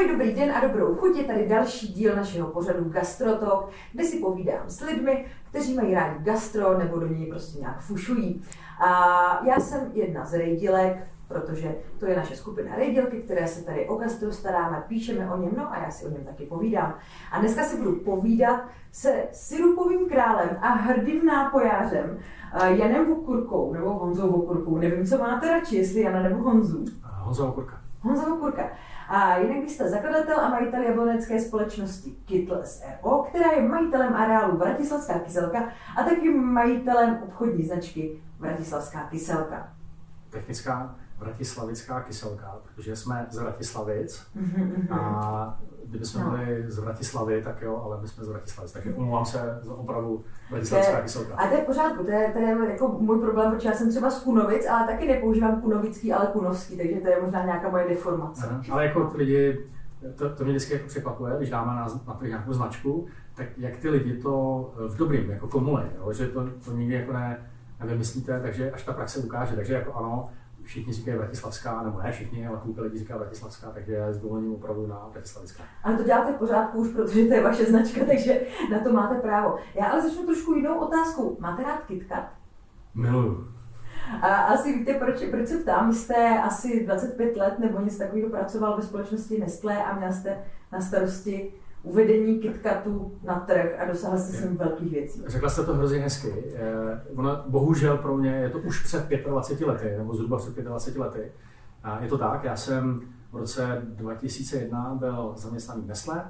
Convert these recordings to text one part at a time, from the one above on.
Ahoj, dobrý den a dobrou chuť, je tady další díl našeho pořadu Gastrotalk, kde si povídám s lidmi, kteří mají rádi gastro nebo do něj prostě nějak fušují. A já jsem jedna z rejdilek, protože to je naše skupina rejdilky, které se tady o gastro staráme, píšeme o něm, no a já si o něm taky povídám. A dneska si budu povídat se sirupovým králem a hrdým nápojářem Janem Vokurkou, nebo Honzou Vokurkou, nevím, co máte radši, jestli Jana nebo Honzu. Honza Vokurka. Honza Vokurka. A jinak vy jste zakladatel a majitel jablonecké společnosti Kytl s.r.o., která je majitelem areálu Vratislavská kyselka a taky majitelem obchodní značky Vratislavská kyselka. Technická vratislavická kyselka, protože jsme z Vratislavic a kdybychom byli z Vratislavy, tak jo, ale my jsme z Vratislavic, takže omlouvám se za opravu Vratislavická kyselka. A to je v pořádku, to je jako můj problém, protože já jsem třeba z Kunovic, ale taky nepoužívám kunovický, ale kunovský, takže to je možná nějaká moje deformace. Ale jako ty lidi, to mě vždycky jako překvapuje, když dáme na to nějakou značku, tak jak ty lidi to v dobrým jako komulej, že to nikdy jako nevymyslíte, takže až ta praxe ukáže, takže jako ano, všichni říkají Vratislavská, nebo ne všichni, ale půlka lidí říká Vratislavská, takže já s dovolením opravdu na Vratislavická. Ale to děláte v pořádku už, protože to je vaše značka, takže na to máte právo. Já ale začnu trošku jinou otázkou. Máte rád KitKat? Miluju. A asi víte, proč se ptám? Vy jste asi 25 let nebo něco takového pracoval ve společnosti Nestlé a měl jste na starosti uvedení KitKatu na trh a dosáhl jste s ním velkých věcí. Řekla jste to hrozně hezky. Ono, bohužel pro mě je to už před 25 lety, nebo zhruba před 25 lety. Je to tak, já jsem v roce 2001 byl zaměstnaný v Nestlé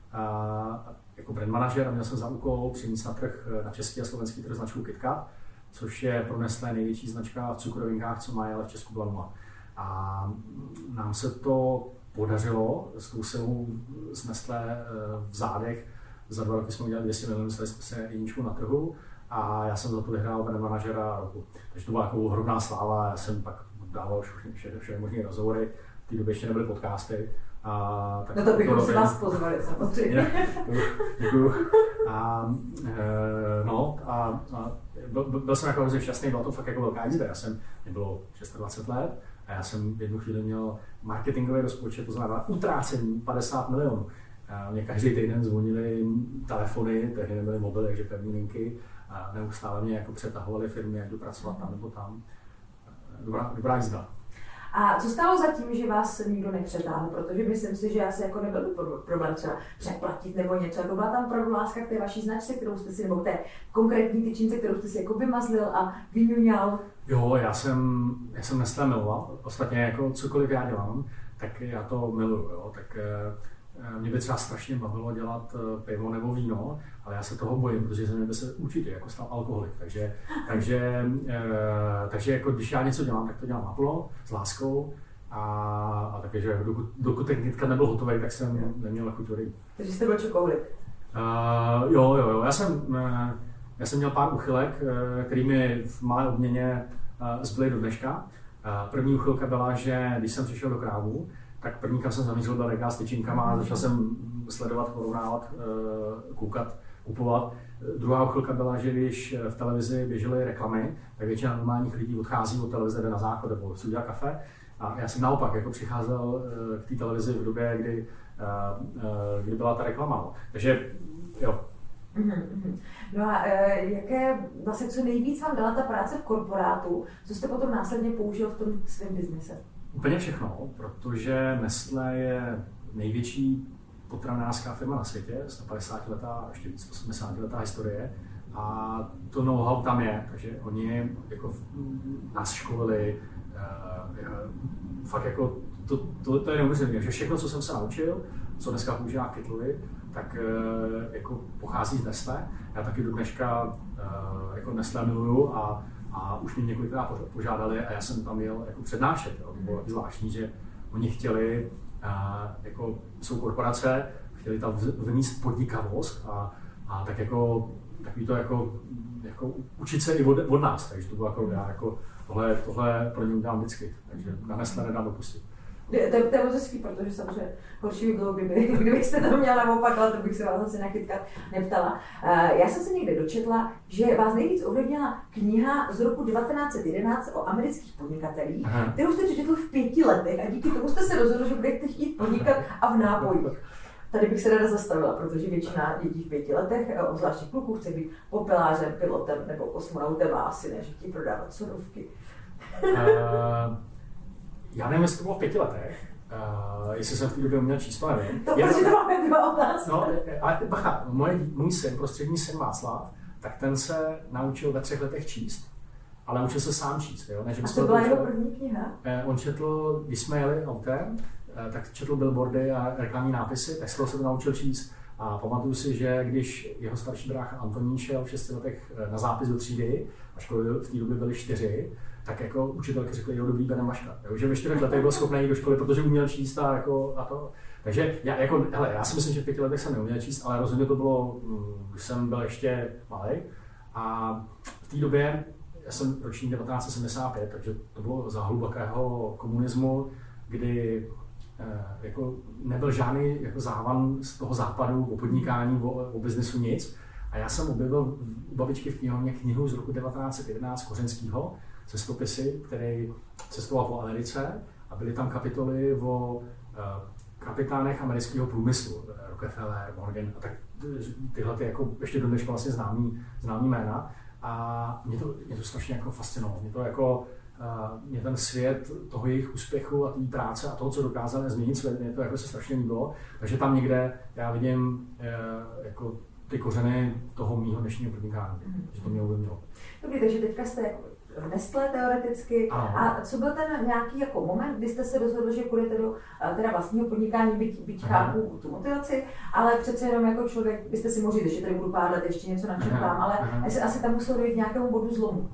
jako brand manažer a měl jsem za úkol přinést na trh, na český a slovenský trh značku KitKat, což je pro Nestlé největší značka v cukrovinkách, co má, ale v Česku byla nula. A nám se to podařilo s tou silou z Nestlé v zádech. Za 2 roky jsme udělali 200 milionů, stali jsme se jedničkou na trhu a já jsem za to vyhrál brand manažera roku. Takže to byla jako ohromná sláva, já jsem pak dával všechny možné rozhovory, v té době ještě nebyly podcasty. Tak no to bychom si vás pozvali samozřejmě. Děkuju. Byl jsem jako hrozně šťastný, byla to fakt jako velká jízda. Mě bylo 26 let a já jsem v jednu chvíli měl marketingový rozpočet, to znamená utrácení 50 milionů. Mě každý týden zvonili telefony, tehdy nebyly mobily, takže pevné linky a neustále mě jako přetahovali firmy, jak jdu pracovat tam nebo tam. Dobrá jízda. A co stálo za tím, že vás nikdo nepřetáhl? Protože myslím si, že asi jako nebyl problém třeba přeplatit nebo něco. Jako byla tam opravdu láska k té vaší značce, kterou jste si, nebo k té konkrétní tyčince, kterou jste si jako vymazlil a vyňuňal? Jo, já jsem Nestlé miloval. Ostatně jako cokoliv já dělám, tak já to miluju. Jo. Tak mě by třeba strašně bavilo dělat pivo nebo víno, ale já se toho bojím, protože ze mě by se určitě jako stal alkoholik. Takže jako když já něco dělám, tak to dělám naplno, s láskou. A takže dokud ten KitKat nebyl hotový, tak jsem neměl chuť odejít. Takže jste byl čokoholik? Jo. Já jsem měl pár úchylek, který mi v malé odměně zbyly do dneška. První úchylka byla, že když jsem přišel do Krávu, tak první, kam jsem zamířil, byl regál s tyčinkama a začal jsem sledovat, porovnávat, koukat, kupovat. Druhá uchylka byla, že když v televizi běžely reklamy, tak většina normálních lidí odchází od televize, jde na záchod nebo si udělá kafe. A já jsem naopak jako přicházel k té televizi v době, kdy byla ta reklama. Takže jo. No a jaké, vlastně co nejvíc vám dala ta práce v korporátu, co jste potom následně použil v tom svém biznise? Úplně všechno, protože Nestlé je největší potravinářská firma na světě, 150 letá, ještě víc 180 letá historie a to know-how tam je, takže oni jako nás školili, fakt jako to je neuvěřitelné, že všechno, co jsem se naučil, co dneska používá Kytlovi, tak jako pochází z Nestlé. Já taky do dneška jako Nestlé miluju a už mě několikrát požádali a já jsem tam jel jako přednášet. Jo. To bylo taky zvláštní, že oni chtěli, jako jsou korporace, chtěli tam vníst podnikavost a tak jako takový to jako učit se i od nás, takže to bylo jako já jako tohle pro ně udělám vždycky, takže na Nestlé nedám dopustit. To je moc hezký, protože samozřejmě horší by bylo, kdybyste to měla naopak, ale to bych se vás asi na KitKat neptala. Já jsem se někde dočetla, že vás nejvíc ovlivnila kniha z roku 1911 o amerických podnikatelích, kterou jste přečetl v 5 letech a díky tomu jste se rozhodl, že budete chtít podnikat a v nápojích. Tady bych se ráda zastavila, protože většina dětí v 5 letech, obzvláště kluků, chce být popelářem, pilotem nebo kosmonautem a asi ne, že ti prodávat sodovky. Já nevím, jestli to bylo v 5 letech, jestli jsem v té době uměl číst, to nevím. Protože to máme 2 otázky. No, ale bacha, můj syn, prostřední syn Václav, tak ten se naučil ve 3 letech číst, ale učil se sám číst. Jo? Ne, že a to byla jeho první kniha? On četl, když jsme jeli autem, tak četl billboardy a reklamní nápisy, tak z toho se to naučil číst. A pamatuju si, že když jeho starší brácha Antonín šel v 6 letech na zápis do třídy, a školy v té době byly 4, tak jako učitelky řekli, jo, dobrý, Bene Maška. Že ve 4 letech byl schopný jít do školy, protože uměl číst a to. Takže já si myslím, že v 5 letech jsem neuměl číst, ale rozhodně to bylo, když jsem byl ještě malý. A v té době, já jsem ročník 1975, takže to bylo za hlubokého komunismu, kdy jako nebyl žádný jako závan z toho západu o podnikání, o biznesu nic. A já jsem objevil u babičky v knihovně knihu z roku 1911 Kořenskýho, cestopisy, který cestoval po Americe a byly tam kapitoly o kapitánech amerického průmyslu, Rockefeller, Morgan a tak tyhle jako ještě do dneška vlastně známý jména. A mě to strašně jako fascinovalo. Mě ten svět toho jejich úspěchu a té práce a toho, co dokázali změnit svět, mě to jako se strašně líbilo. Takže tam někde já vidím jako ty kořeny toho mýho dnešního podnikání, že to mě ovlivnilo. Dobrý, takže teďka jste v Nestlé teoreticky. A co byl ten nějaký jako moment, kdy jste se rozhodl, že půjdete do teda vlastního podnikání, byť chápu tu motivaci, ale přece jenom jako člověk, byste si mohli, že tady budu pár let ještě něco načrtám, ale asi tam muselo dojít nějakému bodu zlomu.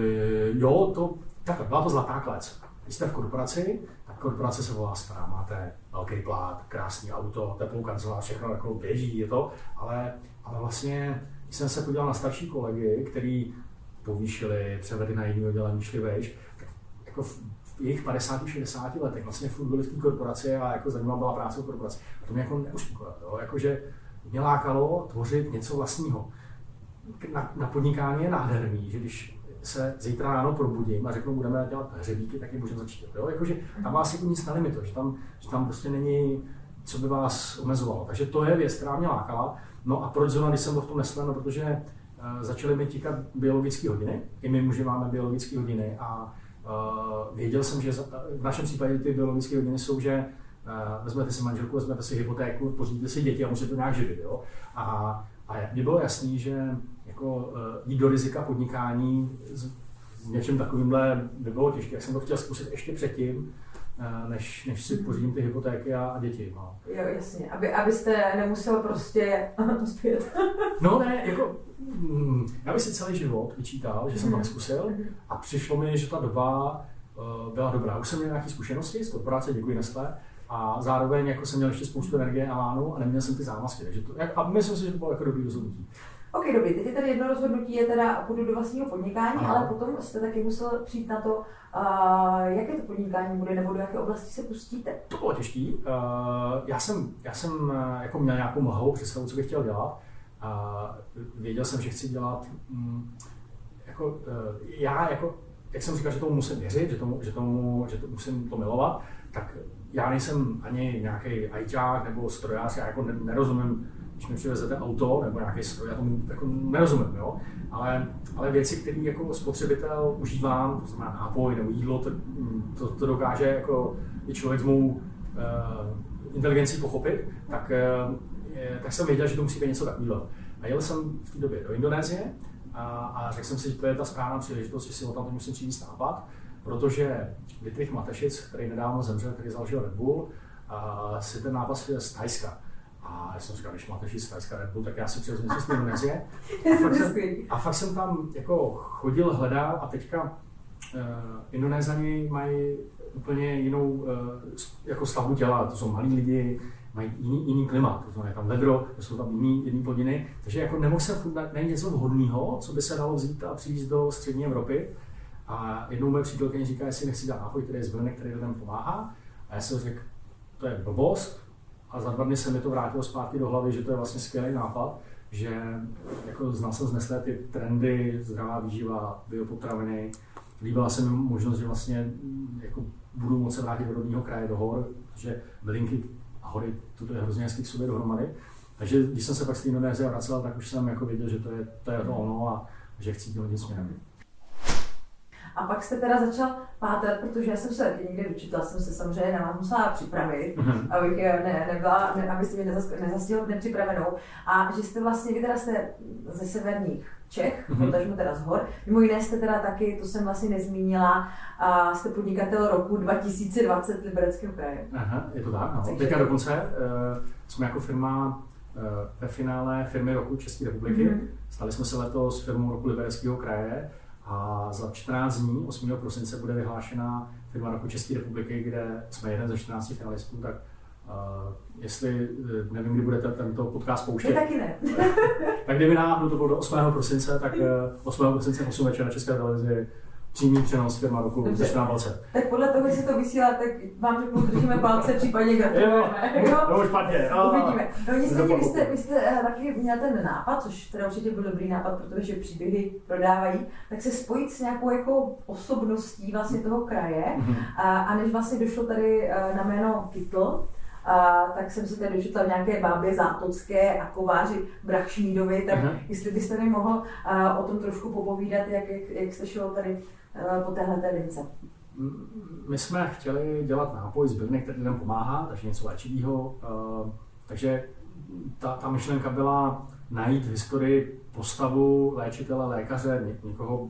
Byla to zlatá klec. Když jste v korporaci, tak korporace se volá stará, máte velký plát, krásný auto, teplou kancelář, všechno jako běží, je to, ale vlastně, když jsem se podíval na starší kolegy, který povýšili, převedli na jiný oddělení, šli vejš, tak jako v jejich 50-60 letech vlastně furt byli v té korporaci a jako zajímavá byla práce v korporaci. A to mě jako neuspokojilo, jakože mě lákalo tvořit něco vlastního. Na podnikání je nádherný, že když se zítra ráno probudím a řeknu, budeme dělat hřebíky, tak je můžeme začít. Jo? Jakože tam vás jako nic nelimituje, že tam prostě není, co by vás omezovalo. Takže to je věc, která mě lákala. No a proč zrovna, když jsem byl v tom Nestlé? No, protože začaly mi tíkat biologické hodiny. I my muži máme biologické hodiny a věděl jsem, že v našem případě ty biologické hodiny jsou, že vezmete si manželku, vezmete si hypotéku, pořídíte si děti a musíte to nějak živit. Jo? A mně bylo jasný, že jako jít do rizika podnikání s něčím takovýmhle by bylo těžké. Jak jsem to chtěl zkusit ještě předtím, než si pořídím ty hypotéky a děti. No. Jo, jasně. Abyste nemusel prostě uspět. No ne, jako já bych si celý život vyčítal, že jsem to neskusil a přišlo mi, že ta doba byla dobrá. Už jsem měl nějaké zkušenosti z korporace, děkuji Nestlé, a zároveň jako jsem měl ještě spoustu energie a lánu a neměl jsem ty závazky. Takže a myslím si, že to bylo jako dobrý rozhodnutí. Ok, dobrý, teď je tady jedno rozhodnutí, je teda půjdu do vlastního podnikání, ale potom jste taky musel přijít na to, jaké to podnikání bude, nebo do jaké oblasti se pustíte. To bylo těžký. Já jsem jako měl nějakou mlhavou představu, co bych chtěl dělat. Věděl jsem, že chci dělat, jak jsem říkal, že tomu musím věřit, že to musím to milovat, tak já nejsem ani nějaký ajťák nebo strojář, já jako nerozumím, když mi přivezete auto nebo nějaký stroj, já tomu jako nerozumím, jo? Ale věci, které jako spotřebitel užívám, to znamená nápoj nebo jídlo, to dokáže jako i člověk s mou inteligencí pochopit, tak jsem věděl, že to musí být něco takového. A jel jsem v té době do Indonésie a řekl jsem si, že to je ta správná příležitost, že si o tom musím přijít nápad, protože Dietrich Mateschitz, který nedávno zemřel, který založil Red Bull, si ten nápad z Thajska. A já jsem říkal, když Mateschitz z Thajska Red Bull, tak já si přivezmu něco z Indonésie. A fakt jsem tam jako chodil, hledal a teďka Indonézani mají úplně jinou jako stavbu těla, to jsou malí lidi, mají jiný klima, to znamená tam vedro, to jsou tam jiný plodiny, takže jako nemohl jsem najít něco vhodného, co by se dalo vzít a přijít do střední Evropy. A jednou moje přítelkyně říká, jestli nechci dát nápoj, který je z bylinek, který lidem pomáhá. A já jsem řekl, to je blbost, a za 2 dny se mi to vrátilo zpátky do hlavy, že to je vlastně skvělý nápad, že jako znal jsem zneslé ty trendy, zdravá výživa, biopotraviny. Líbila se mi možnost, že vlastně jako budu moci vrátit do rodného kraje, do hor, protože bylinky a hory, to je hrozně hezky k sobě dohromady. Takže když jsem se pak z té Indonésie vracel, tak už jsem jako věděl, že to je to ono a že chci dělat něco směrem. A pak jste teda začal pátrat, protože já jsem se taky někde dočetla, jsem se samozřejmě na vás musela připravit, abych abyste mě nezastihl nepřipravenou. A že jste vlastně, vy teda jste ze severních Čech, potažmo teda z hor. Mimo jiné jste teda taky, to jsem vlastně nezmínila, jste podnikatel roku 2020 Libereckého kraje. Aha, je to tak, no. Teďka dokonce jsme jako firma ve finále firmy roku České republiky. Stali jsme se letos firmou roku Libereckého kraje. A za 14 dní, 8. prosince, bude vyhlášena firma roku České republiky, kde jsme jeden ze 14 finalistů, tak jestli, nevím, kdy budete tento podcast pouštět. Je taky ne. Tak kdyby náhodou to bylo do 8. prosince, tak 8. prosince 8 večer na České televizi přímý přenos firma roku začíná palce. Tak podle toho, jestli to vysílá, tak vám řeknu, držíme palce, případně gratulujeme. Jo, špatně. Uvidíme. No nicméně, vy jste taky měl ten nápad, což teda určitě byl dobrý nápad, protože příběhy prodávají, tak se spojit s nějakou jako osobností vlastně toho kraje. A než vlastně došlo tady na jméno Kytl, tak jsem se tady dočetla v nějaké bábě zátocké a kováři Brachšmídovi, tak jestli byste mi mohl o tom trošku popovídat, jak jste šel tady po téhleté lince. My jsme chtěli dělat nápoj z byliny, který lidem pomáhá, takže něco léčivého. Takže ta myšlenka byla najít v historii postavu léčitele, lékaře, někoho,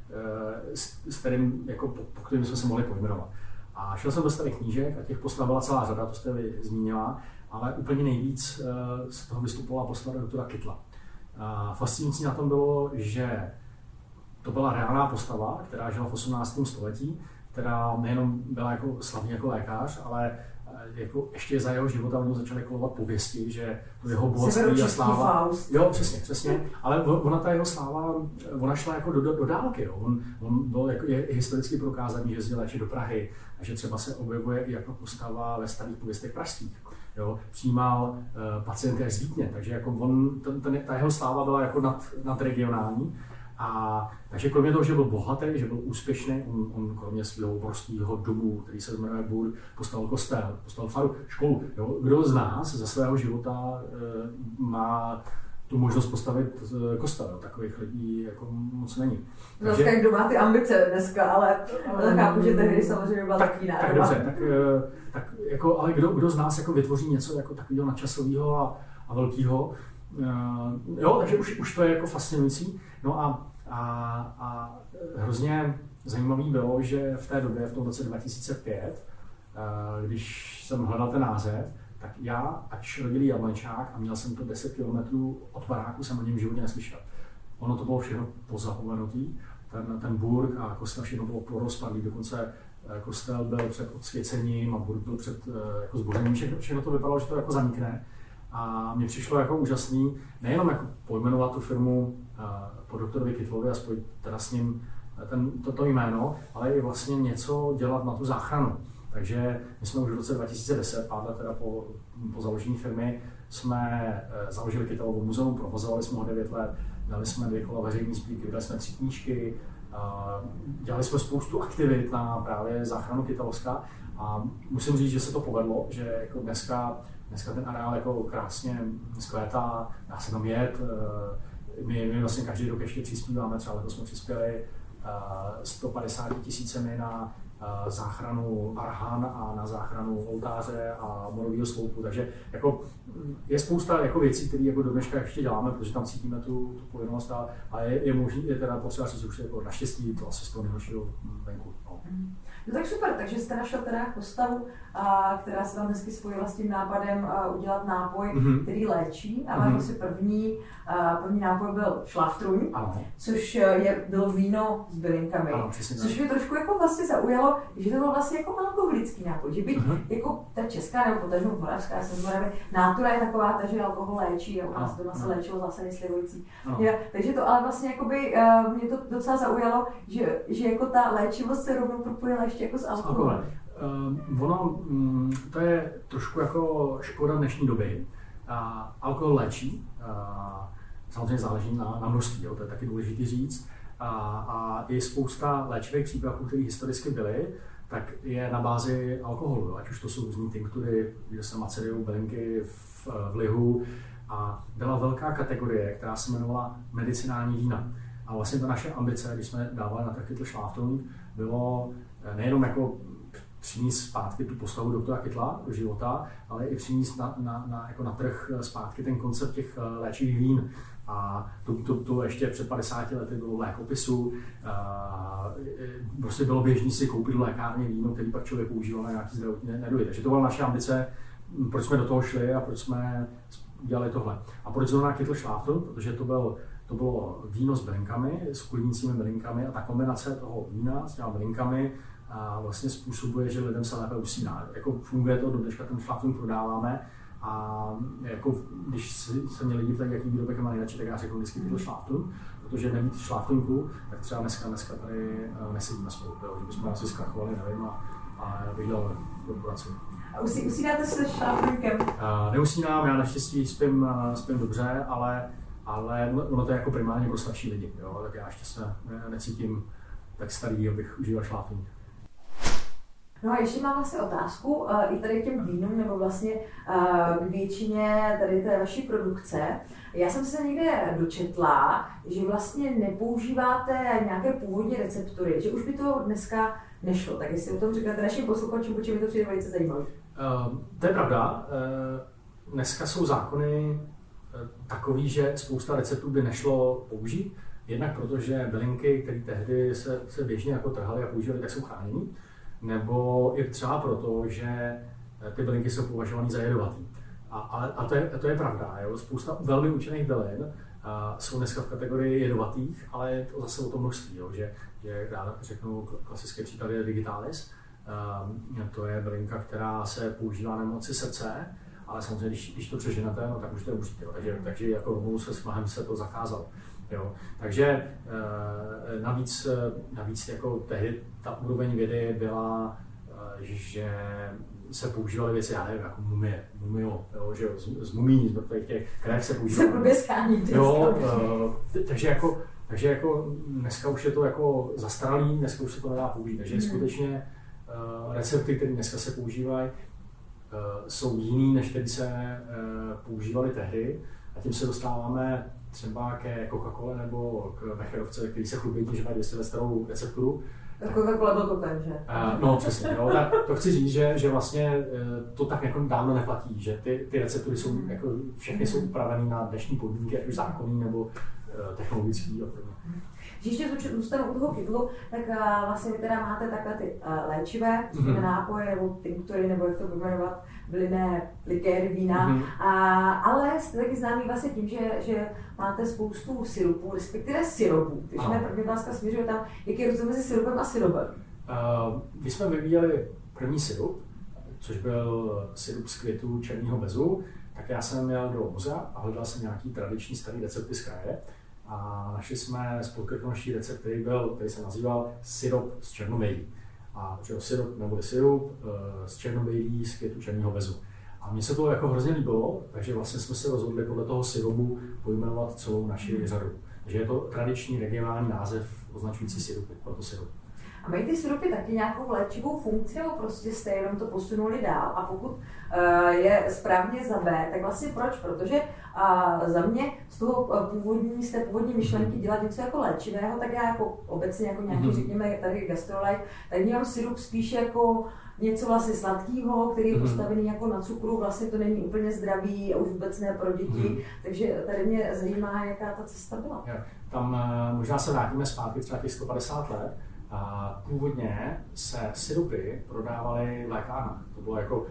s kterým, jako, po kterým jsme se mohli pojmenovat. A šel jsem do starých knížek a těch postav byla celá řada, to jste vy zmínila, ale úplně nejvíc z toho vystupovala postava doktora Kytla. Fascinující na tom bylo, že to byla reálná postava, která žila v 18. století, která nejenom byla jako slavný jako lékař, ale jako ještě za jeho života mu začaly kolovat pověsti, že to jeho bohatství a sláva. Jo, přesně. Ale ona ta jeho sláva, ona šla jako do dálky. Jo. On byl jako, je historicky prokázaný, že jezdil léčit do Prahy a že třeba se objevuje i jako postava ve starých pověstech pražských. Jo. Přijímal pacienty až z Vídně, takže jako ta jeho sláva byla jako nadregionální. A takže kromě toho, že byl bohatý, že byl úspěšný, on kromě svého obrovského domu, který se jmenuje Bur, postavil kostel, postavil faru, školu. Jo? Kdo z nás za svého života má tu možnost postavit kostel? Jo? Takových lidí jako moc není. Dneska kdo má ty ambice dneska, ale chápu, že tehdy samozřejmě byla takový národa. Tak dobře, tak jako, ale kdo z nás jako vytvoří něco jako takového nadčasového a velkého? Jo, takže už to je jako fascinující. No a hrozně zajímavý bylo, že v té době, v tom roce 2005, když jsem hledal ten název, tak já, ač rodilý Jablončák a měl jsem to 10 km od baráku, jsem o něm v životě neslyšel. Ono to bylo všechno pozapomenutý, ten burg a kostel všechno bylo porozpadlý, dokonce kostel byl před odsvěcením a burg byl před jako zbořením, všechno to vypadalo, že to jako zanikne. A mně přišlo jako úžasný nejenom jako pojmenovat tu firmu po doktorovi Kytlovi a spojit teda s ním toto jméno, ale i vlastně něco dělat na tu záchranu. Takže my jsme už v roce 2010, 5 let teda po založení firmy, jsme založili Kytlovo muzeum, provozovali jsme ho 9 let, dali jsme 2 kola veřejné sbírky, vydali jsme 3 knížky, dělali jsme spoustu aktivit na právě záchranu Kytlovska a musím říct, že se to povedlo, že jako dneska ten areál jako krásně zkvétá, dá se tam jet. My vlastně každý rok ještě přispíváme, třeba letos jsme přispěli 150 000 na záchranu Arhan a na záchranu oltáře a morového sloupu. Takže jako je spousta jako věcí, které jako do dneška ještě děláme, protože tam cítíme tu povinnost a je možný, je teda potřeba říct, že už je jako naštěstí to asi z toho nejhoršího venku. No. No tak super, takže jste našel teda postavu, která se vám hezky spojila s tím nápadem udělat nápoj, který léčí. A váš asi první nápoj byl šlaftruň, což bylo víno s bylinkami. Ano, což mě trošku jako vlastně zaujalo, že to byl vlastně jako alkoholický nápoj. Že byť jako ta česká nebo potažmo moravská, já jsem z Moravy, nátura je taková, že alkohol léčí a u nás doma se léčilo zase slivojící. Takže to ale vlastně jakoby, mě to docela zaujalo, že jako ta léčivost se rovnou propojila ještě jako s alkoholem. To je trošku jako škoda dnešní doby. Alkohol léčí, samozřejmě záleží na množství, to je taky důležité říct. A je spousta léčivých přípravků, které historicky byly, tak je na bázi alkoholu, ať už to jsou různý tinktury, kde se macerují bylinky v lihu. A byla velká kategorie, která se jmenovala medicinální vína. A vlastně ta naše ambice, když jsme dávali na trh Kytl Schlaftrunk, bylo nejenom jako přinést zpátky tu postavu doktora Kytla do života, ale i přinést na trh zpátky ten koncept těch léčivých vín. A to ještě před 50 lety bylo v lékopisu. Prostě bylo běžné si koupit v lékárně víno, který pak člověk používal na nějaký zdravotní neduhy. Takže to byla naše ambice, proč jsme do toho šli a proč jsme dělali tohle. A proč zrovna Kytl Schlaftrunk? Protože to bylo víno s bylinkami, s kulnícími bylinkami a ta kombinace toho vína s těma bylinkami vlastně způsobuje, že lidem se lépe usíná. Jako funguje to, do dneška ten Schlaftrunk prodáváme a jako když se mě lidi ptají, jaký výrobek má nejradši, tak já řeknu vždycky Kytl Schlaftrunk, protože nebýt Schlaftrunku, tak třeba dneska tady nesedíme spolu, že bychom asi zkrachovali, nevím, a já bych dělal korporaci. A usínáte se Schlaftrunkem? Neusínám, já naštěstí spím dobře, ale ono to je jako primárně pro starší lidi, jo? Tak já ještě se necítím tak starý, abych užíval Schlaftrunk. No a ještě mám vlastně otázku i tady k těm vínům, nebo vlastně k většině tady té vaší produkce. Já jsem se někde dočetla, že vlastně nepoužíváte nějaké původní receptury, že už by to dneska nešlo. Tak jestli o tom říkáte našim posluchačům, protože mi to přijde velice zajímavé. To je pravda. Dneska jsou zákony takový, že spousta receptů by nešlo použít. Jednak protože bylinky, které tehdy se běžně jako trhaly a používaly, tak jsou chráněny. Nebo i třeba proto, že ty bylinky jsou považovány za jedovatý. A to je pravda. Jo? Spousta velmi účinných bylin jsou dneska v kategorii jedovatých, ale je to zase o tom množství. Jo? Že já řeknu klasické příklady digitalis. To je bylinka, která se používá na nemoci srdce, ale samozřejmě, když to přeženete, no, tak můžete umřít. Takže jako rovnou se smahem se to zakázalo. Jo. Takže navíc jako tehdy ta úroveň vědy byla, že se používaly věci, já nevím, jako mumio, že jo, z mumí, z mrtvých těch krev se používaly. Takže jako dneska už je to jako zastaralý, dneska už se to nedá použít. Takže skutečně recepty, které dneska se používají, jsou jiný, než které se používaly tehdy. A tím se dostáváme třeba ke Coca-Cole nebo k Becherovce, který se chlubí tím, že mají 200 let starou recepturu. Coca-Cola byl kopen, že? No přesně, jo, tak to chci říct, že vlastně to tak jako dávno neplatí, že ty receptury jsou, jako všechny jsou upravené na dnešní podmínky, ať už zákonný nebo technologický a podobně. Když ještě zůstanu u toho Kytlu, tak vlastně vy teda máte takhle ty léčivé nápoje nebo tinktury, nebo jak to pojmenovat, bylinné likéry, vína, ale jste taky známý vlastně tím, že máte spoustu syrupů, respektive syrupů. Takže moje první otázka směřuje tam, jaký je rozdíl mezi syrupem a syrupem? My jsme vyvíjeli první syrup, což byl syrup z květů černého bezu, tak já jsem jel do muzea a hledal jsem nějaký tradiční starý recepty z kraje. A našli jsme spolkovnoší recept, který se nazýval syrop z černobejlí. A syrup neboli syrup z černobejlí z květu černého bezu. A mně se to jako hrozně líbilo, takže vlastně jsme se rozhodli podle toho syrupu pojmenovat celou naši řadu. Takže je to tradiční regionální název označující syrupy, proto syrup. A mají ty syrupy taky nějakou léčivou funkci, nebo prostě jste jenom to posunuli dál? A pokud je správně za B, tak vlastně proč? Protože za mě z toho původní myšlenky dělat něco jako léčivého, tak já jako obecně jako nějaký, řekněme, tady gastrolek, tak vnímám syrup spíš jako něco vlastně sladkého, který je postavený jako na cukru, vlastně to není úplně zdravý a už vůbec ne pro děti, takže tady mě zajímá, jaká ta cesta byla. Tam možná se vrátíme zpátky třeba těch 150 let. Původně se syrupy prodávaly v lékárnách. To bylo jako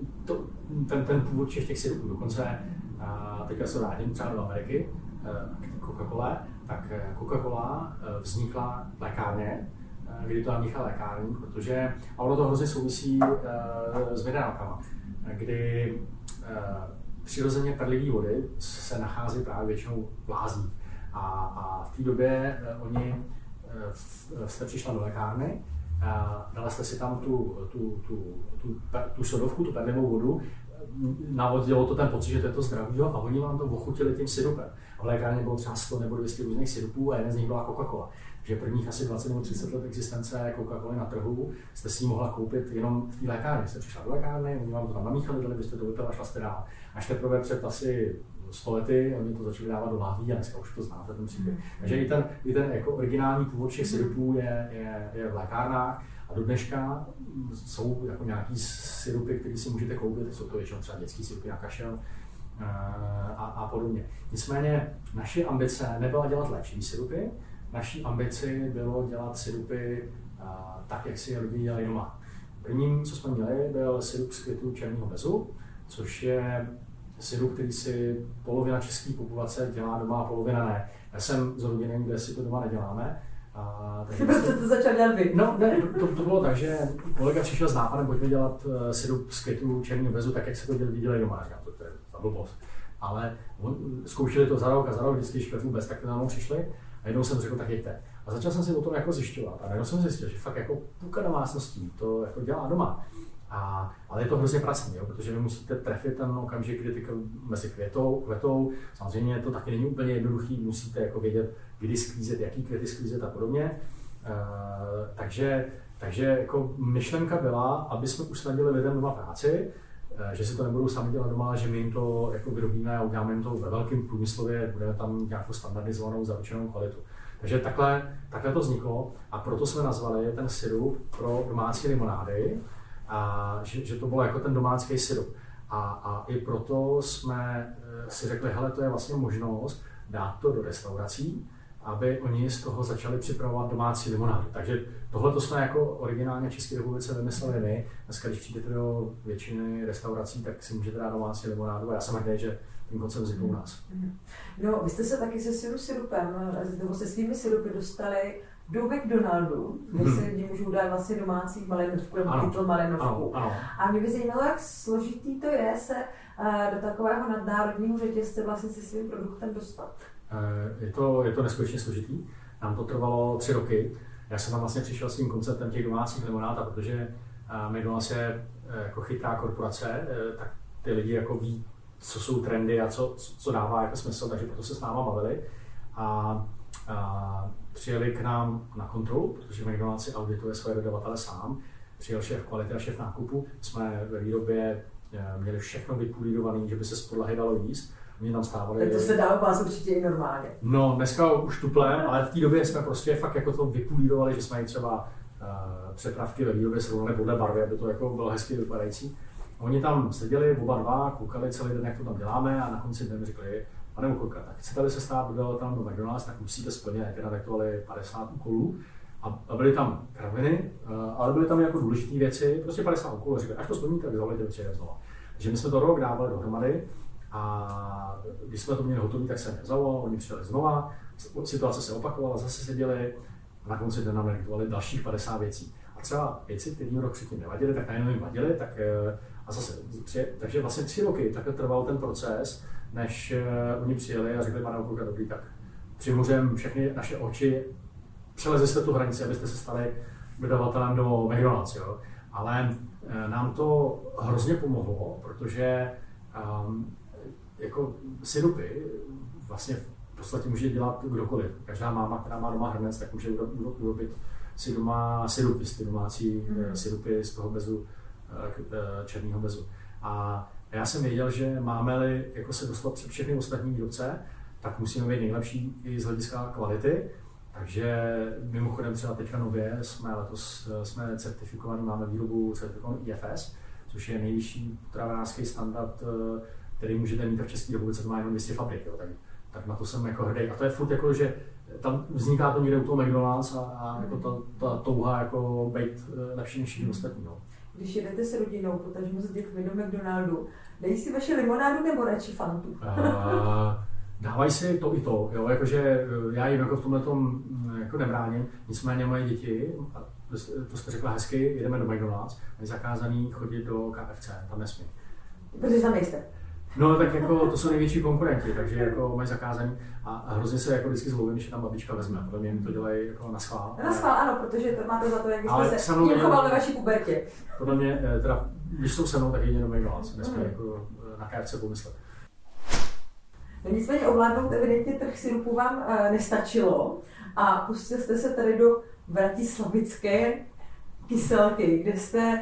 ten původ těch syrupů. Dokonce teďka se vrátím třeba do Ameriky k Coca-Cola, tak Coca-Cola vznikla v lékárně, kdy to tam vznikla lékárník, protože a ono to hrozně souvisí s minerálkama, kdy přirozeně perlivý vody se nachází právě většinou v lázních. A v té době oni jste přišla do lékárny dala jste si tam tu sodovku, tu perlivou vodu, navodilo to ten pocit, že to je to zdraví, a oni vám to ochutili tím syrupem. A v lékárně bylo třeba 100 nebo 200 různých syrupů a jeden z nich byla Coca-Cola. Že prvních asi 20 nebo 30 let existence Coca-Coly na trhu jste si ji mohla koupit jenom v té lékárně. Jste přišla do lékárny, oni vám to tam namíchali, dali byste to vypila a šla jste dál. Až teprve před asi 100 lety oni to začali dávat do lahví a dneska už to znáte ten příběh. Takže i ten jako originální původ všech syrupů je v lékárnách. A do dneška jsou jako nějaký syrupy, které si můžete koupit, jsou to většinou třeba dětský syrupy na kašel a podobně. Nicméně naše ambice nebyla dělat léčivý syrupy, naší ambici bylo dělat syrupy tak, jak si je lidi dělali doma. Prvním, co jsme měli, byl syrup z květu černého bezu, což je syrup, který si polovina české populace dělá doma a polovina ne. Já jsem z rodiny, kde si to doma neděláme. Proč jste to začal dělat vy? No, ne, to bylo tak, že kolega přišel s nápadem, pojďme dělat syrup z květu černého bezu, tak jak se to dělají doma. Říkám, to je za blbost. Ale zkoušeli to za rok, vždycky škvět vůbec, tak na mnou přišli a jednou jsem řekl, tak jeďte. A začal jsem si o tom jako zjišťovat a najednou jsem zjistil, že fakt jako půlka domácností to jako dělá doma. Ale je to hrozně pracný, protože vy musíte trefit ten okamžik, kdy ty mezi květou, samozřejmě to taky není úplně jednoduchý, musíte jako vědět, kdy sklízet, jaký květy sklízet a podobně. Takže jako myšlenka byla, aby jsme usnadnili lidem doma práci, že si to nebudou sami dělat doma, ale že my jim to jako vyrobíme a uděláme jim to ve velkém průmyslově, budeme tam nějakou standardizovanou zaručenou kvalitu. Takže takhle to vzniklo a proto jsme nazvali ten syrup pro domácí limonády, a že to bylo jako ten domácí syrup. A i proto jsme si řekli, hele, to je vlastně možnost dát to do restaurací, aby oni z toho začali připravovat domácí limonádu. Takže tohle to jsme jako originálně v České republice vymysleli my. Dneska, když přijdete do většiny restaurací, tak si můžete dát domácí limonádu a já jsem hrdý, že ten koncept vznikl u nás. No, vy jste se taky se syrupem, nebo se svými syrupy dostali do McDonaldu, kde se lidi můžou dát vlastně domácí malinovku nebo kytl malinovku. A mě by zajímalo, jak složitý to je se do takového nadnárodního řetězce vlastně se svým produktem dostat. Je to neskutečně složitý. Nám to trvalo 3 roky. Já jsem tam vlastně přišel s tím konceptem těch domácích limonád, a protože McDonald's je jako chytrá korporace, tak ty lidi jako ví, co jsou trendy a co dává jako smysl, takže proto se s náma bavili. A přijeli k nám na kontrolu, protože McDonald's si audituje svoje dodavatele sám. Přijel šéf kvality a šéf nákupu. Jsme ve výrobě měli všechno vypulírované, že by se z podlahy dalo jíst. Oni tam stávali. Tak to se dá u vás určitě i normálně. No, dneska už tuplem, ale v té době jsme prostě fakt jako to vypulírovali, že jsme i třeba přepravky ve výrobě srovnali podle barvy, aby to jako bylo hezky vypadající. Oni tam seděli oba dva, koukali celý den, jak to tam děláme, a na konci dne říkali, pane Ukolka, tak chcete-li se stát dodavatelem do McDonald's, tak musíte splnit, jak nadiktovali 50 úkolů. A byly tam kraviny, ale byly tam jako důležité věci, prostě 50 úkolů, a říkali, až to splníte, tak zavolejte určitě znova. Takže my jsme to rok dávali dohromady, a když jsme to měli hotové, tak jsem je zavolal, oni přijeli znova, situace se opakovala, zase seděli a na konci dne nám nadiktovali dalších 50 věcí. A třeba věci, které rok předtím nevadily, tak najednou jim vadily, takže vlastně 3 roky takhle trval ten proces, než oni přijeli a řekli, pane Ukolka, dobrý, tak přimuřem všechny naše oči, přelezli jste tu hranici, abyste se stali dodavatelem do McDonald's. Jo? Ale nám to hrozně pomohlo, protože jako syrupy vlastně v podstatě může dělat kdokoliv. Každá máma, která má doma hrnec, tak může urobit si doma syrup, ty domácí syrupy z toho bezu, černého bezu. A já jsem věděl, že máme-li jako se dostat před všechny ostatní výrobce, tak musíme být nejlepší i z hlediska kvality. Takže mimochodem třeba teďka nově jsme certifikovaní, máme výrobu certifikovanou IFS, což je nejvyšší potravinářský standard, který můžete mít v České republice, to má jenom 200 fabrik. Jo. Tak na to jsem jako hrdý. A to je furt jako, že tam vzniká to někde u toho McDonald's a jako ta touha jako být lepší než všichni ostatní. No. Když jedete s rodinou, potažmo s dětmi do McDonaldu, dají si vaše limonádu nebo radši Fantu? Dávají si to i to, jo, jakože já jim jako v tomhletom jako nebráním, nicméně moje děti, a to jste řekla hezky, jedeme do McDonald's, je zakázaný chodit do KFC, tam nesmí. Protože tam nejste. No tak jako to jsou největší konkurenti, takže jako mají zakázaný a hrozně se jako vždycky zlobím, když tam babička vezme, podle mě to dělají jako na schvál. Na schvál, ano, protože to máte za to, jak jste se tím choval ve vaší pubertě. Podle mě, teda, když jsou se mnou, tak jedině do McDonald's, nesmí jako na KFC pomyslet. No nicméně ovládnout evidentně trh sirupů vám nestačilo a pustil jste se tady do Vratislavické kyselky, kde jste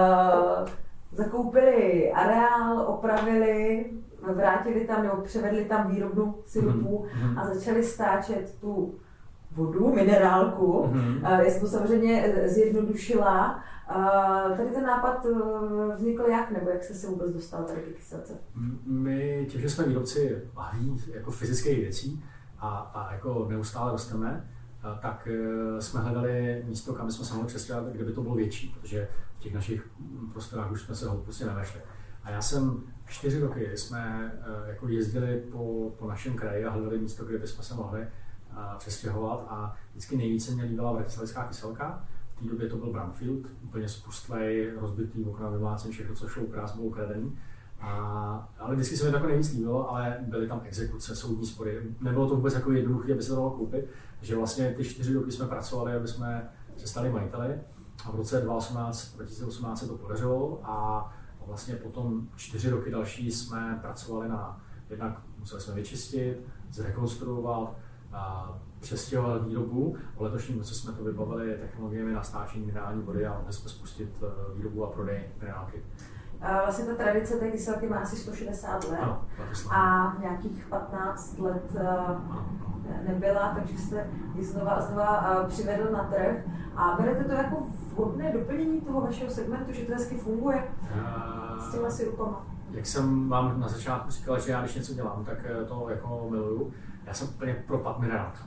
zakoupili areál, opravili, vrátili tam nebo převedli tam výrobnu sirupů a začali stáčet tu vodu, minerálku. Já jsem to samozřejmě zjednodušila. Tady ten nápad vznikl jak, nebo jak jste se vůbec dostal tady k kyselce? My tím, že jsme výrobci lahví jako fyzických věcí a jako neustále rosteme, tak jsme hledali místo, kam jsme se mohli přestěhovat, kde by to bylo větší, protože v těch našich prostorách už jsme se ho prostě nevešli. A já jsem 4 roky jsme jako jezdili po našem kraji a hledali místo, kde bychom se mohli přestěhovat a vždycky nejvíce mě líbila Vratislavská kyselka. V té době to byl brownfield, úplně spustlej, rozbitý okna, vyvlácen, všechno, co šlo krásně, bylo ukradený. Ale vždycky se mi to jako nejvíc líbilo, ale byly tam exekuce, soudní spory. Nebylo to vůbec jako jednoduché, aby se to dalo koupit. Takže vlastně ty 4 roky jsme pracovali, aby jsme se stali majiteli. A v roce 2018 se to podařilo a vlastně potom 4 roky další jsme pracovali na, jednak museli jsme vyčistit, zrekonstruovat, přestěhovat výrobu. V letošním roce jsme to vybavili technologiemi na stáčení minerální vody a mohli jsme spustit výrobu a prodej minerálky. Vlastně ta tradice té kyselky má asi 160 let a nějakých 15 let nebyla, takže jste ji znova přivedl na trh a berete to jako vhodné doplnění toho vašeho segmentu, že to hezky funguje s těma sirupama. Jak jsem vám na začátku říkal, že já když něco dělám, tak to jako miluju. Já jsem úplně propad minerálkám,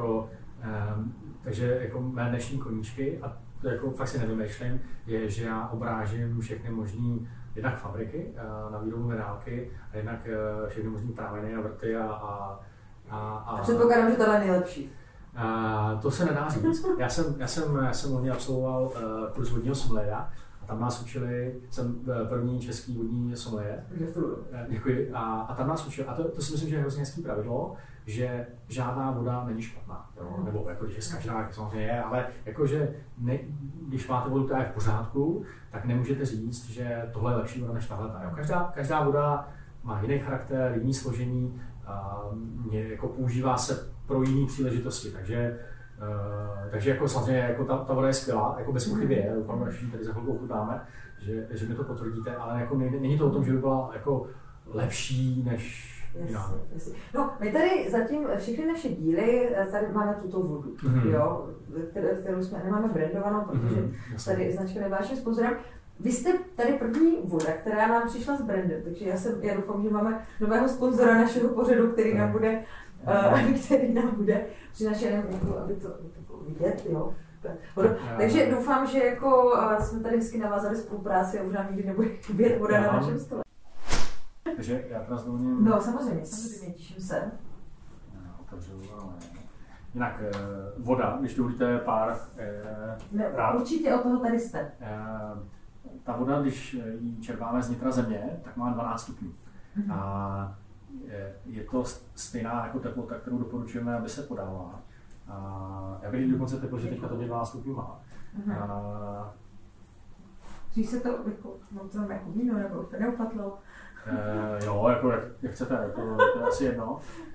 takže jako mé dnešní koníčky a to jako fakt si nevymýšlím, je, že já obrážím všechny možné jednak fabriky na výrobu minerálky a jednak všechny možné tráveny a vrty a předpokládám, že tohle je nejlepší. To se nedá říct. Já jsem loni absolvoval kurz vodního sommeliéra a tam nás učili, jsem první český vodní sommeliér. Děkuji. A tam nás učili, a to si myslím, že je hrozně hezký pravidlo, že žádná voda není špatná. Nebo jako když je zkažená, samozřejmě je, ale jakože když máte vodu, která je v pořádku, tak nemůžete říct, že tohle je lepší voda než tahle. Každá voda má jiný charakter, jiný složení, jako používá se pro jiné příležitosti, takže jako samozřejmě jako ta voda je skvělá, jako bez pochyby je, doufám, že tady za chvilku chutnáme, že mi to potvrdíte, ale jako není to o tom, že by byla jako lepší než jiná. No, my tady zatím všechny naše díly, tady máme tuto vodu, jo, kterou jsme nemáme brandovanou, protože tady značka nebyla naším sponzorem. Vy jste tady první voda, která nám přišla s brandem, takže já doufám, že máme nového sponzora našeho pořadu, který nám bude přinašen, aby to bylo vidět, jo. Takže doufám, že jako jsme tady hezky navázali spolupráci a už nám nikdy nebude chybět voda na našem stole. Takže já teda zvolním... No samozřejmě, těším se. Jinak voda, když dovolíte pár rád. Určitě od toho tady jste. Ta voda, když ji čerpáme z nitra země, tak má 12 stupňů. A je to stejná jako teplota, kterou doporučujeme, aby se podávala. Já bych dokonce typl, že teďka to 12 stupňů má. Říš se to jako víno, nebo to neupatlo? Jo, jako jak chcete, to je asi jedno.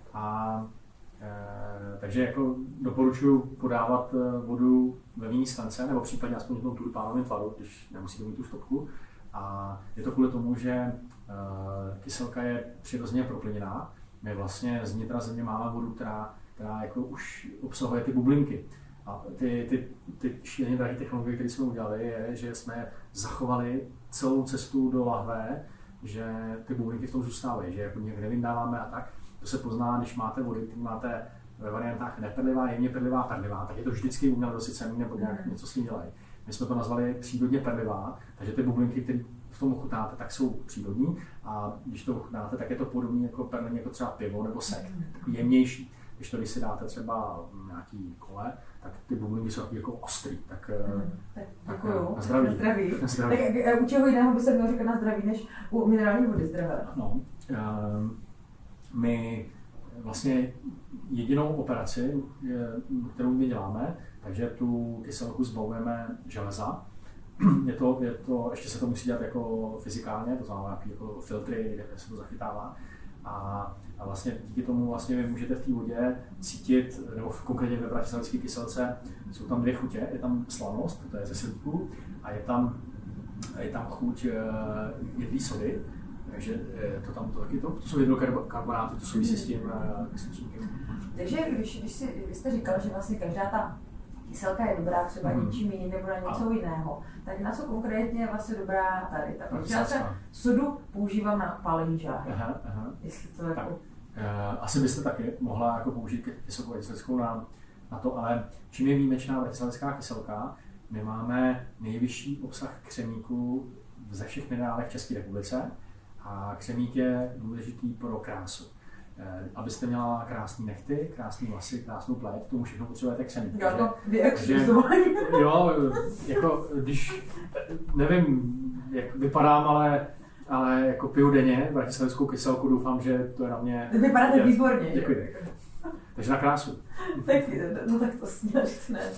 Takže jako doporučuji podávat vodu ve vinní sklence, nebo případně aspoň v tom tulipánovém tvaru, když nemusíme mít tu stopku. A je to kvůli tomu, že kyselka je přirozeně proplyněná. My vlastně z nitra země máme vodu, která jako už obsahuje ty bublinky. A ty šíleně drahé technologie, které jsme udělali, je, že jsme zachovali celou cestu do lahve, že ty bublinky v tom zůstávají, že jako někde nevyndáváme a tak. To se pozná, když máte vody, které máte ve variantách neperlivá, jemně perlivá, perlivá, tak je to vždycky uměle dosycený nebo nějak něco s tím dělají. My jsme to nazvali přírodně perlivá, takže ty bublinky, které v tom ochutnáte, tak jsou přírodní a když to ochutnáte, tak je to podobné jako perlení, jako třeba pivo nebo sekt, takový jemnější. Když si dáte třeba nějaký kole, tak ty bublinky jsou jako ostrý. Tak na zdraví. Tak u čeho jiného by se mělo říkat na zdraví, než u minerální vody zdravé? No. my vlastně jedinou operaci, kterou my děláme, takže tu kyselku zbavujeme železa. Je to, ještě se to musí dělat jako fyzikálně, to znamená nějaký jako filtry, kde se to zachytává. A vlastně díky tomu vlastně vy můžete v té vodě cítit, nebo konkrétně ve bratislavské kyselce, jsou tam dvě chutě, je tam slanost, to je ze slípku, a je tam chuť jedlý sody, takže to jsou hydrokarbonáty, to souvisí s tím kysličníkem. Takže když jste říkal, že vlastně každá ta kyselka je dobrá třeba něčím jiným nebo na něco jiného, tak na co konkrétně je vlastně dobrá tady ta kyselka? Sodu používám na pálení žáhy. Jestli to jako... Asi byste taky mohla jako použít kyselku bratislavskou na to, ale čím je výjimečná bratislavská kyselka, my máme nejvyšší obsah křemíku ze všech minerálech v České republice a křemík je důležitý pro krásu. Abyste měla krásný nehty, krásný vlasy, krásnou pleť, tomu všechno potřebujete křemík. Jo, jako když, nevím, jak vypadám, ale jako piju denně bratislavskou kyselku, doufám, že to je na mě... Vypadáte výborně. Děkuji. Takže na krásu. tak to směl říct ne.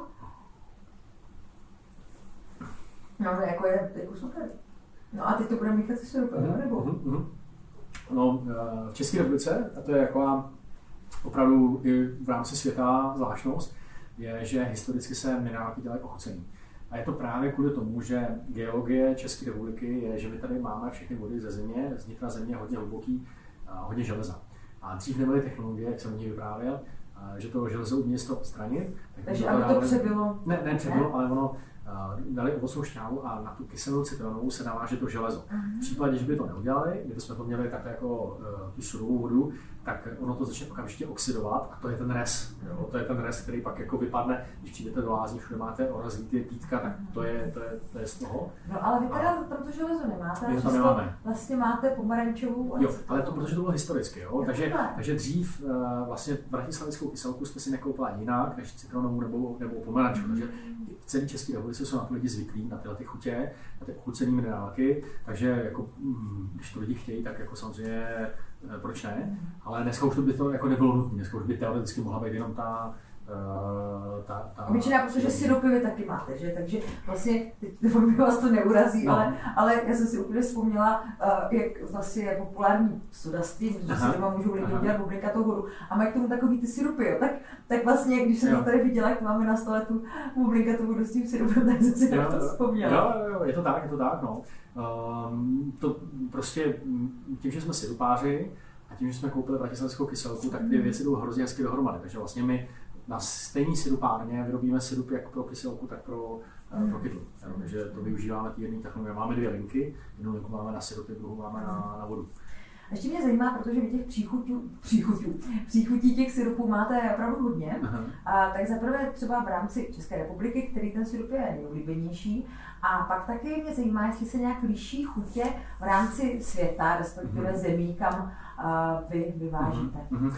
No, jako je jako super. No a teď to budeme míchat se syrupem, nebo? No, v České republice, a to je jako opravdu i v rámci světa zvláštnost, je, že historicky se minerálky dělají ochucený. A je to právě kvůli tomu, že geologie České republiky je, že my tady máme všechny vody ze země, z nitra země hodně hluboký, hodně železa. A dřív nebyly technologie, jak jsem o ní vyprávěl, že to železo umějí z toho odstranit. Takže aby to přebylo? Ne přebylo, ale ono dali ovocnou šťávu a na tu kyselou citronovou se naváže to železo. V případě, že by to neudělali, kdybychom to měli tak jako tu surovou vodu, tak ono to začne okamžitě oxidovat a to je ten res. Jo? To je ten res, který pak jako vypadne, když přijdete do lázní, všude máte orazlitý pítka, tak to je z toho. No ale vy teda pro to železo nemáte, my to nemáme. Vlastně máte pomarančovou. Jo, ale to protože to bylo historicky, jo? Takže dřív vlastně bratislavskou kyselku jste si nekoupila jinak než citronovou nebo pomarančovou. Takže v celé České republice jsou na to lidi zvyklí, na tyhle ty chutě, na ty chucené minerálky, takže jako, když to lidi chtějí, tak jako samozřejmě proč ne, ale dneska už to by to jako nebylo nutné, dneska už by teoreticky mohla být jenom ta většina, protože syrupy vy taky máte, že? Takže vlastně, teď vás to neurazí, no. ale já jsem si úplně vzpomněla, jak vlastně je populární sodaství, že si doma můžou lidi udělat bublinkatou vodu a mají k tomu takový ty syrupy, jo? Tak vlastně, když jsem to tady viděla, jak máme na stole tu bublinkatou vodu s tím syrupem, tak jsem si na to vzpomněla. Jo, je to tak, no. To prostě tím, že jsme syrupáři a tím, že jsme koupili bratislavskou kyselku, tak ty věci jdou hrozně hezky dohromady, takže vlastně my na stejný syrupárně vyrobíme syrup jak pro kyselku, tak pro kytlu. Takže to využíváme ty jedné technologie. Máme dvě linky, jednu linku máme na syrupy, druhou máme na vodu. Ještě mě zajímá, protože vy těch příchutí těch syrupů máte opravdu hodně. A tak zaprvé třeba v rámci České republiky, který ten syrup je nejoblíbenější. A pak taky mě zajímá, jestli se nějak liší chutě v rámci světa, respektive zemí, kam vy vyvážíte.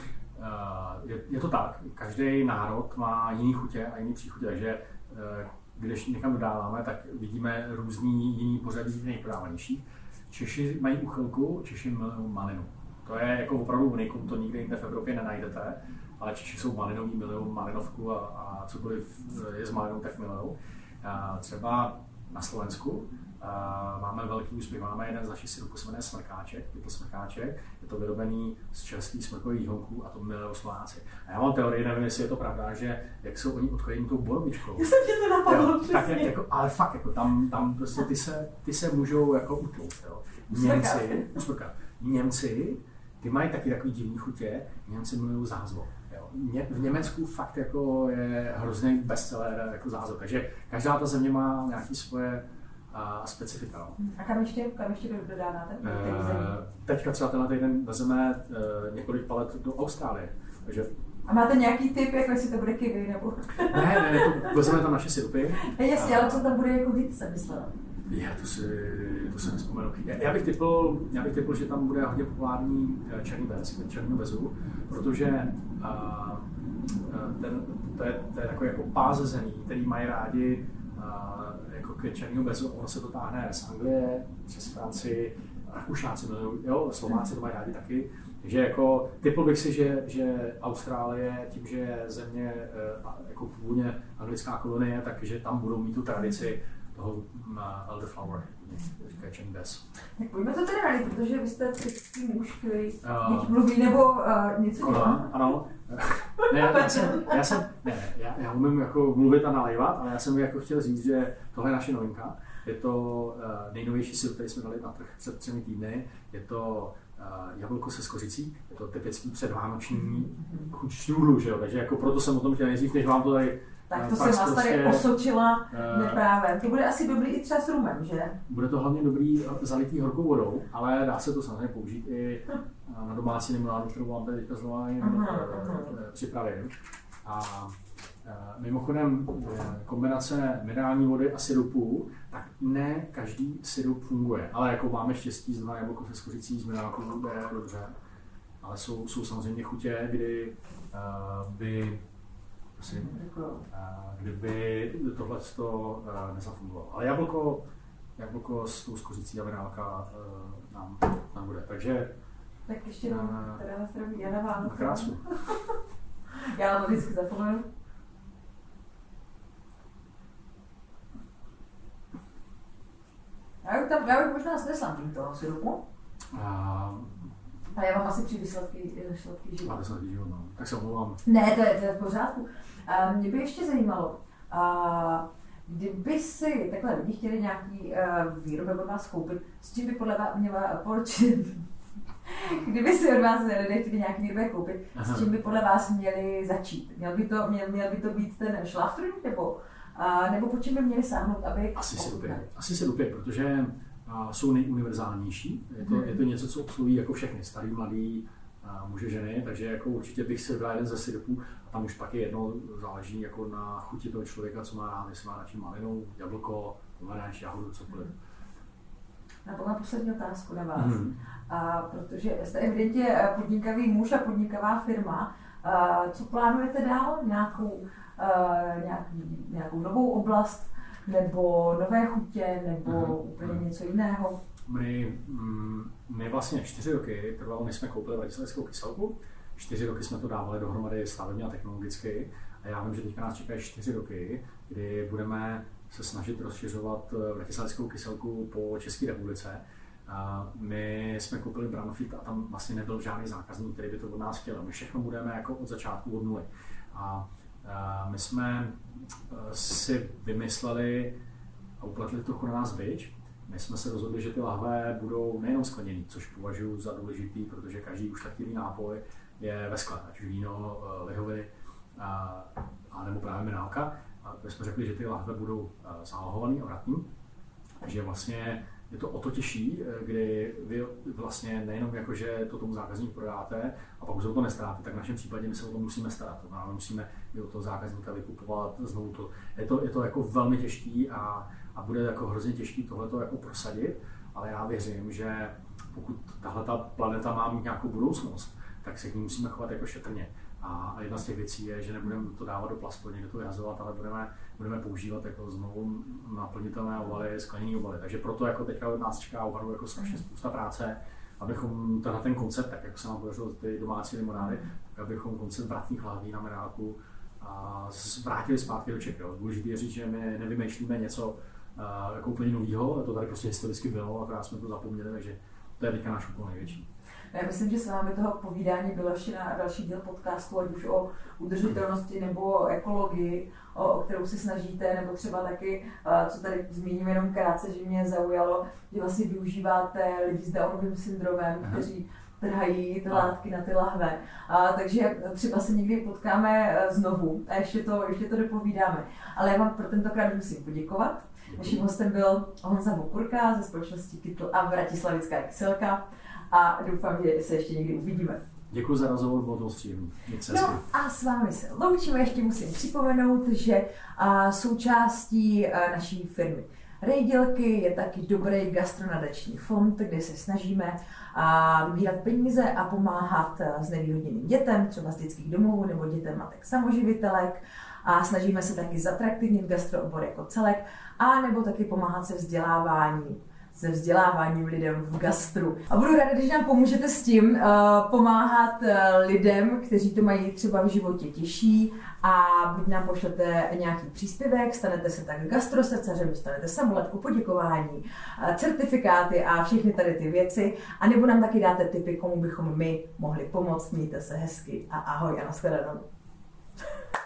Je to tak, každý národ má jiný chutě a jiný příchutě, takže když někam dodáváme, tak vidíme různý jiný pořadí nejprodávanější. Češi mají uchylku, Češi milují malinu. To je jako opravdu unikum, to nikde jinde v Evropě nenajdete, ale Češi jsou malinoví, milují malinovku a cokoliv je s malinou, tak milujou. Třeba na Slovensku máme velký úspěch, máme jeden z našich syrupů, se jmenuje Smrkáček, typ Smrkáček, je to vyrobený z čerstvých smrkových výhonků a to milují Slováci. A já mám teorii, nevím, jestli je to pravda, že jak jsou oni odchojení tou borovičkou. Já jsem tě to napadlo, přesně. Jako, ale fakt, jako, tam prostě ty se můžou jako utlout. Němci, ty mají taky takový divný chutě, Němci milují zázvor. V Německu fakt jako je hrozný bestseller jako zázvor, takže každá ta země má nějaké svoje specifika. No. A kam ještě dodáváte? Teďka třeba tenhle týden vezeme několik palet do Austrálie. Takže... A máte nějaký tip, jako jestli to bude kiwi nebo? Ne, to vezeme tam naše syrupy. Jasně, ale co tam bude jako víc, jsem myslela. To se nespomenu. Já bych typl, že tam bude hodně populární černý bez, černou bezu, protože to je takový jako páze zemí, který mají rádi jako k černého bezu, ono se to táhne z Anglie, přes Francii, Rakušáci milují, jo, Slováci to mají rádi taky. Takže jako typl bych si, že Austrálie tím, že je země jako původně anglická kolonie, takže tam budou mít tu tradici toho elderflower, říkají Čendes. Tak pojďme to tedy rádi, protože vy jste český muž, který teď mluví nebo něco dělá. Ano. Já umím jako mluvit a nalévat, ale já jsem jako chtěl říct, že tohle je naše novinka. Je to nejnovější sirup, který jsme dali na trh před 3 týdny. Je to jablko se skořicí, je to typický předvánoční chuť šňůdlu, že jo? Takže jako proto jsem o tom chtěl nejdřív, než vám to tady. Tak to jsem vás tady osočila neprávem. To bude asi dobrý i třeba s rumem, že? Bude to hlavně dobrý zalitý horkou vodou, ale dá se to samozřejmě použít i na domácí limonádu, kterou vám tady teďka znovu připravím. A mimochodem kombinace minerální vody a syrupu, tak ne každý syrup funguje, ale jako máme štěstí, znamená jablko se skořicí z minerálkou bude dobře, ale jsou samozřejmě chutě, kdy kdyby tohle nezafungovalo. Ale jablko s tou skořicí a minerálka nám bude. Takže tak ještě nám teda zdraví Jana Vánoce. Krásu. Já na to vždycky zapomenu. Já bych možná snesla toho syrupu. A já mám asi přijde sladký život. Máte sladký život, no. Tak se omlouvám. Ne, to je v pořádku. Mě by ještě zajímalo, kdyby si takhle lidi chtěli nějaký výrobek od vás koupit, s čím by podle mě kdyby si od vás lidé chtěli nějaký výrobek koupit, s čím by podle vás měli začít? Měl by to být ten šlaftrunk, nebo po čem by měli sáhnout, aby... Asi syrupy, protože jsou nejuniverzálnější. Je to něco, co obsluhují jako všechny, starý, mladý, muže, ženy, takže jako určitě bych si vybral jeden ze syrupů a tam už pak je jedno, záleží jako na chuti toho člověka, co má rád, jestli má radši malinu, jablko, pomeranč, jahodu, cokoliv. Na to mám poslední otázku na vás, protože jste evidentně podnikavý muž a podnikavá firma. Co plánujete dál? Nějakou novou oblast, nebo nové chutě, nebo úplně něco jiného? My vlastně 4 roky trvalo, než jsme koupili vratislavskou kyselku. 4 roky jsme to dávali dohromady stavebně a technologicky. A já vím, že teďka nás čekají 4 roky, kdy budeme se snažit rozšiřovat vratislavskou kyselku po České republice. My jsme koupili Branofit a tam vlastně nebyl žádný zákazník, který by to od nás chtěl. My všechno budeme jako od začátku od nuly. A my jsme si vymysleli a upletli trochu na nás bič. My jsme se rozhodli, že ty lahve budou nejenom skleněný, což považuji za důležitý, protože každý ušlechtilý nápoj je ve skle, ať už víno, lihoviny a nebo právě minerálka. A my jsme řekli, že ty lahve budou zálohovaný a vratný. Takže vlastně je to o to těžší, kdy vy vlastně nejenom jako, že to tomu zákazníku prodáte a pak už o to nestaráte, tak v našem případě my se o to musíme starat. My musíme i od toho zákazníka vykupovat znovu to. Je to jako velmi těžký a bude jako hrozně těžký tohleto jako prosadit, ale já věřím, že pokud tahle ta planeta má mít nějakou budoucnost, tak se k ní musíme chovat jako šetrně. A jedna z těch věcí je, že nebudeme to dávat do plastu, někde to vyhazovat, ale budeme používat jako znovu naplnitelné obaly, skleněné obaly. Takže proto jako teďka od nás čeká opravdu jako strašně spousta práce, abychom ten koncept, tak jako se nám podařilo ty domácí limonády, tak abychom koncept vratných lahví na minerálku vrátili zpátky do Čech. Důležité je říct, že my nevymýšlíme něco jako úplně nového, to tady prostě historicky bylo, akorát jsme to zapomněli, takže to je teďka náš úkol největší. Já myslím, že s vámi toho povídání bylo ještě na další díl podcastu, ať už o udržitelnosti nebo o ekologii, o kterou se snažíte, nebo třeba taky, co tady zmíním jenom krátce, že mě zaujalo, že vlastně využíváte lidi s Downovým syndromem, kteří trhají ty látky na ty lahve. Takže třeba se někdy potkáme znovu a ještě to dopovídáme. Ale já vám pro tentokrát musím poděkovat. Naším hostem byl Honza Vokurka ze společnosti Kytl a Vratislavická kyselka. A doufám, že se ještě někdy uvidíme. Děkuji za rozhovor, bylo to příjemné. No a s vámi se loučíme, ještě musím připomenout, že součástí naší firmy Rejdělky je taky dobrý gastronadační fond, kde se snažíme vybírat peníze a pomáhat znevýhodněným dětem, třeba z dětských domovů nebo dětem matek samoživitelek. A snažíme se taky zatraktivnit gastrooobor jako celek, a nebo taky pomáhat se vzdělávání se vzděláváním lidem v gastru. A budu ráda, když nám pomůžete s tím pomáhat lidem, kteří to mají třeba v životě těžší, a buď nám pošlete nějaký příspěvek, stanete se tak gastrosrdcařem, dostanete samolepku, poděkování, certifikáty a všechny tady ty věci, a nebo nám taky dáte tipy, komu bychom my mohli pomoct. Mějte se hezky a ahoj a nashledanou.